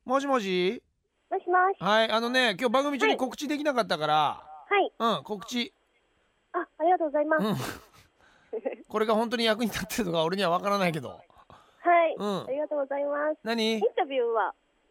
もしもし。 もしもし。 はい、今日番組中に告知できなかったから、 はい。 告知。 ありがとうございます。 これが本当に役に立ってるとか俺には分からないけど。 はい。ありがとうございます。 何？ インタビューは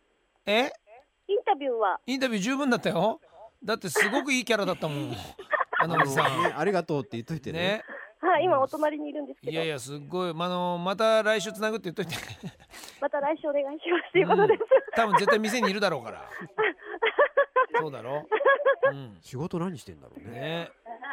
インタビュー十分だったよ。だってすごくいいキャラだったもん。おじさん。 ありがとうって言っといてね。 はい、今お隣にいるんですけど。 いやすっごい、また来週つなぐって言っといて。 また来週お願いしますということです。 多分絶対店にいるだろうから。そうだろ。 仕事何してんだろうね。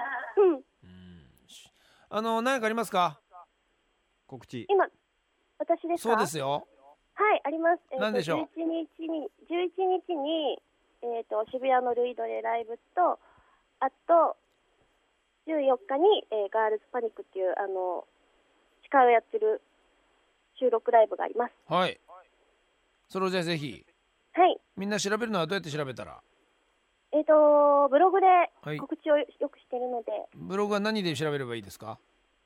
何かありますか？ 告知。 今私ですか？ そうですよ。 はい、あります。 何でしょう 11日に渋谷のルイドレライブと、あと14日に、ガールズパニックっていう司会をやってる収録ライブがあります。 はい。それをじゃあぜひ。 はい。 みんな調べるのはどうやって調べたら？ ブログで告知をよくしてるので。 ブログは何で調べればいいですか？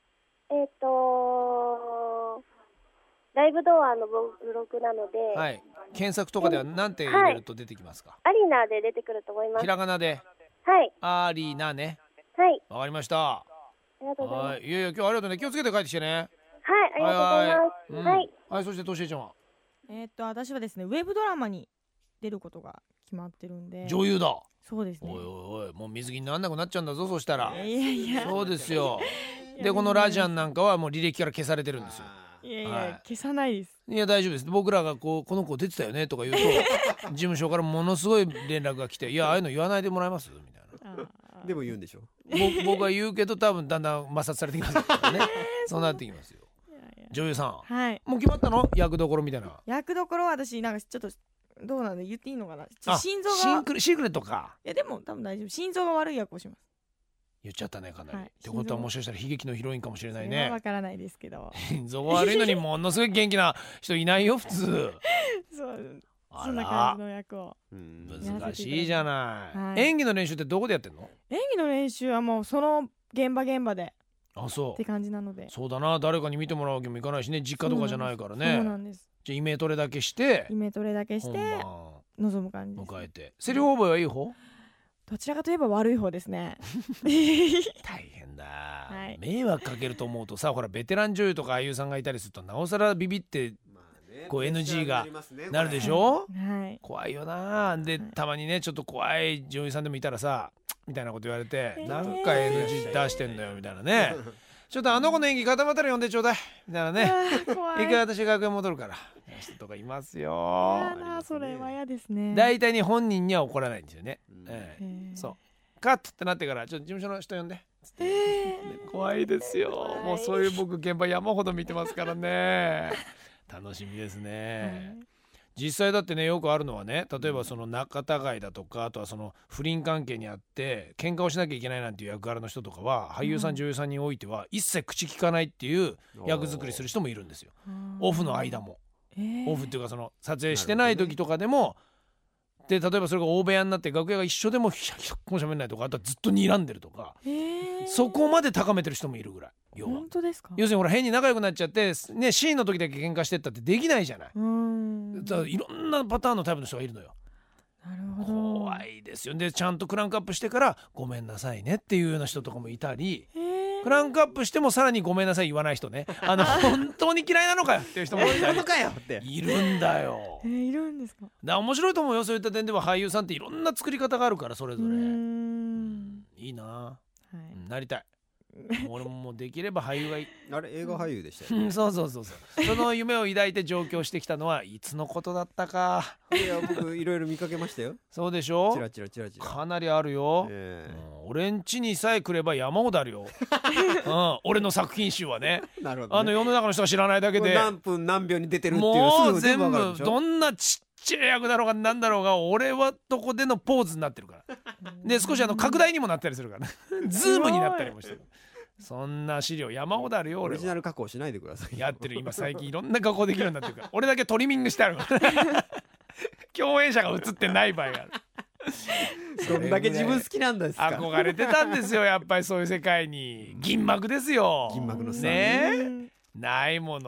ライブドアのブログなので、 はい。検索とかでは何て入れると出てきますか？ アリーナで出てくると思います。 ひらがなで。 はい。 アリーナね。 はい。 わかりました。 ありがとうございます。 いや今日ありがとうね。気をつけて帰ってきてね。 はい、ありがとうございます。はい。 はい、そしてとしえちゃんは？ 私はですね、ウェブドラマに出ることが決まってるんで。 女優だ。 そうですね。 おいもう水着にならなくなっちゃうんだぞ、そしたら。 いやそうですよ。でこのラジアンなんかはもう履歴から消されてるんですよ。 いや消さないです。 いや大丈夫です。僕らがこの子出てたよねとか言うと事務所からものすごい連絡が来て、いやああいうの言わないでもらえますみたいな。 でも言うんでしょ。 僕は言うけど多分だんだん摩擦されてきますからね。そうなってきますよ。女優さん、 はい、 もう決まったの？役どころみたいな。 役どころは私なんかちょっとどうなんで言っていいのかな。心臓がシークレットか。 いやでも多分大丈夫。心臓が悪い役をします。 言っちゃったね、かなり。ってことはもしかしたら悲劇のヒロインかもしれないね。 わからないですけど。 心臓悪いのにものすごい元気な人いないよ普通。 そんな感じの役を。 難しいじゃない。演技の練習ってどこでやってんの？ 演技の練習はもうその現場で。 そうって感じなので。 そうだな、誰かに見てもらうわけもいかないしね、実家とかじゃないからね。 そうなんです。 じゃあイメトレだけして臨む感じです。 迎えて。セリフ覚えはいい方？ どちらかといえば悪い方ですね。 大変だ、迷惑かけると思うとさ、ほらベテラン女優とか俳優さんがいたりするとなおさらビビってこう NG がなるでしょ。怖いよな。でたまにねちょっと怖い女優さんでもいたらさみたいなこと言われて、なんか NG 出してんだよみたいなね。ちょっとあの子の演技固まったら呼んでちょうだいみたいなね。一回私学園戻るから人とかいますよ。 それは嫌ですね。 大体に本人には怒らないんですよね。そうカットってなってからちょっと事務所の人呼んで。怖いですよ。もうそういう僕現場山ほど見てますからね。楽しみですね。実際だってねよくあるのはね、例えばその仲違いだとか、あとはその不倫関係にあって喧嘩をしなきゃいけないなんていう役柄の人とかは、俳優さん女優さんにおいては一切口聞かないっていう役作りする人もいるんですよ。オフの間も、オフっていうかその撮影してない時とかでも、で例えばそれが大部屋になって楽屋が一緒でも一個も喋んないとか、あとはずっと睨んでるとか、そこまで高めてる人もいるぐらい。 本当ですか？ 要するにほら変に仲良くなっちゃってね、シーンの時だけ喧嘩してったってできないじゃない。だからいろんなパターンのタイプの人がいるのよ。 なるほど。 怖いですよ。でちゃんとクランクアップしてからごめんなさいねっていうような人とかもいたり、クランクアップしてもさらにごめんなさい言わない人ね。本当に嫌いなのかよっていう人もいたりいるんだよ。 いるんですか？ 面白いと思うよ。そういった点では俳優さんっていろんな作り方があるから、それぞれいいな、なりたい。俺ももうできれば俳優がいい。 あれ映画俳優でしたよね。 そうその夢を抱いて上京してきたのはいつのことだったか。 いや僕いろいろ見かけましたよ。 そうでしょ。 チラチラかなりあるよ。俺ん家にさえ来れば山ほどあるよ。俺の作品集はね。 なるほどね。 世の中の人が知らないだけで何分何秒に出てるっていうもう全部どんなちっちゃい役だろうがなんだろうが、俺はどこでのポーズになってるからで、少し拡大にもなったりするからズームになったりもしてる。そんな資料山ほどあるよ。 オリジナル加工しないでください。 やってる。今最近いろんな加工できるようになってるから俺だけトリミングしてあるから共演者が映ってない場合がある。 そんだけ自分好きなんですか。 憧れてたんですよやっぱりそういう世界に。銀幕ですよ。 銀幕のさねないもの。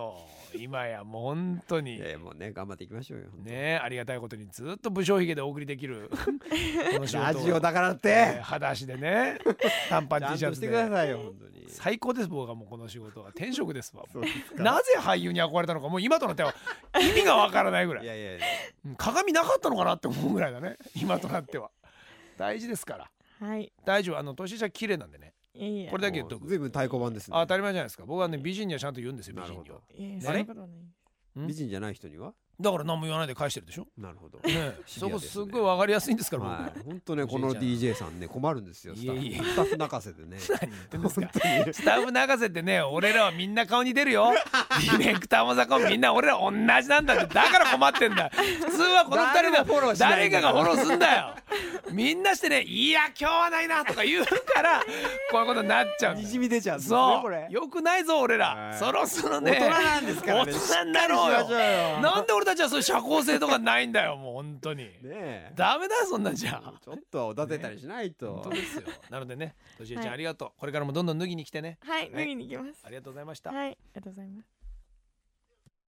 今やもう本当にもうね頑張っていきましょうよね。ありがたいことにずっと武将髭でお送りできるこの仕事ラジオだからって、 裸足でね短パン T シャツでしてくださいよ本当に。 最高です。僕はもうこの仕事は天職ですわ。 そうですか。 なぜ俳優に憧れたのかもう今となっては意味がわからないぐらい。 いやいやいや鏡なかったのかなって思うぐらいだね今となっては。大事ですから。 はい。 大丈夫。年下綺麗なんでね。これだけ言っとく。 随分太鼓判ですね。 当たり前じゃないですか。僕はね美人にはちゃんと言うんですよ。美人には。 そんなことない。 美人じゃない人にはだから何も言わないで返してるでしょ。 なるほど、 ね、そこすごい分かりやすいんですから、 はい、本当ねこの DJ さんね困るんですよ。スタッフ泣かせでね。 何言ってんですかスタッフ泣かせってね。俺らはみんな顔に出るよディレクターもさみんな俺ら同じなんだって。だから困ってんだ。普通はこの二人で誰かがフォローすんだよみんなしてね。いや今日はないなとか言うからこういうことになっちゃう。 にじみ出ちゃうんですね。 そうよくないぞ俺ら。そろそろね大人なんですからね。 大人になろうよ。なんで俺たちはそういう社交性とかないんだよもう本当にね。 ダメだよそんなんじゃ。 ちょっとおだてたりしないと。 本当ですよ。なのでねとしえちゃんありがとう。これからもどんどん脱ぎに来てね。 はい脱ぎに行きます。 ありがとうございました。 はいありがとうございます。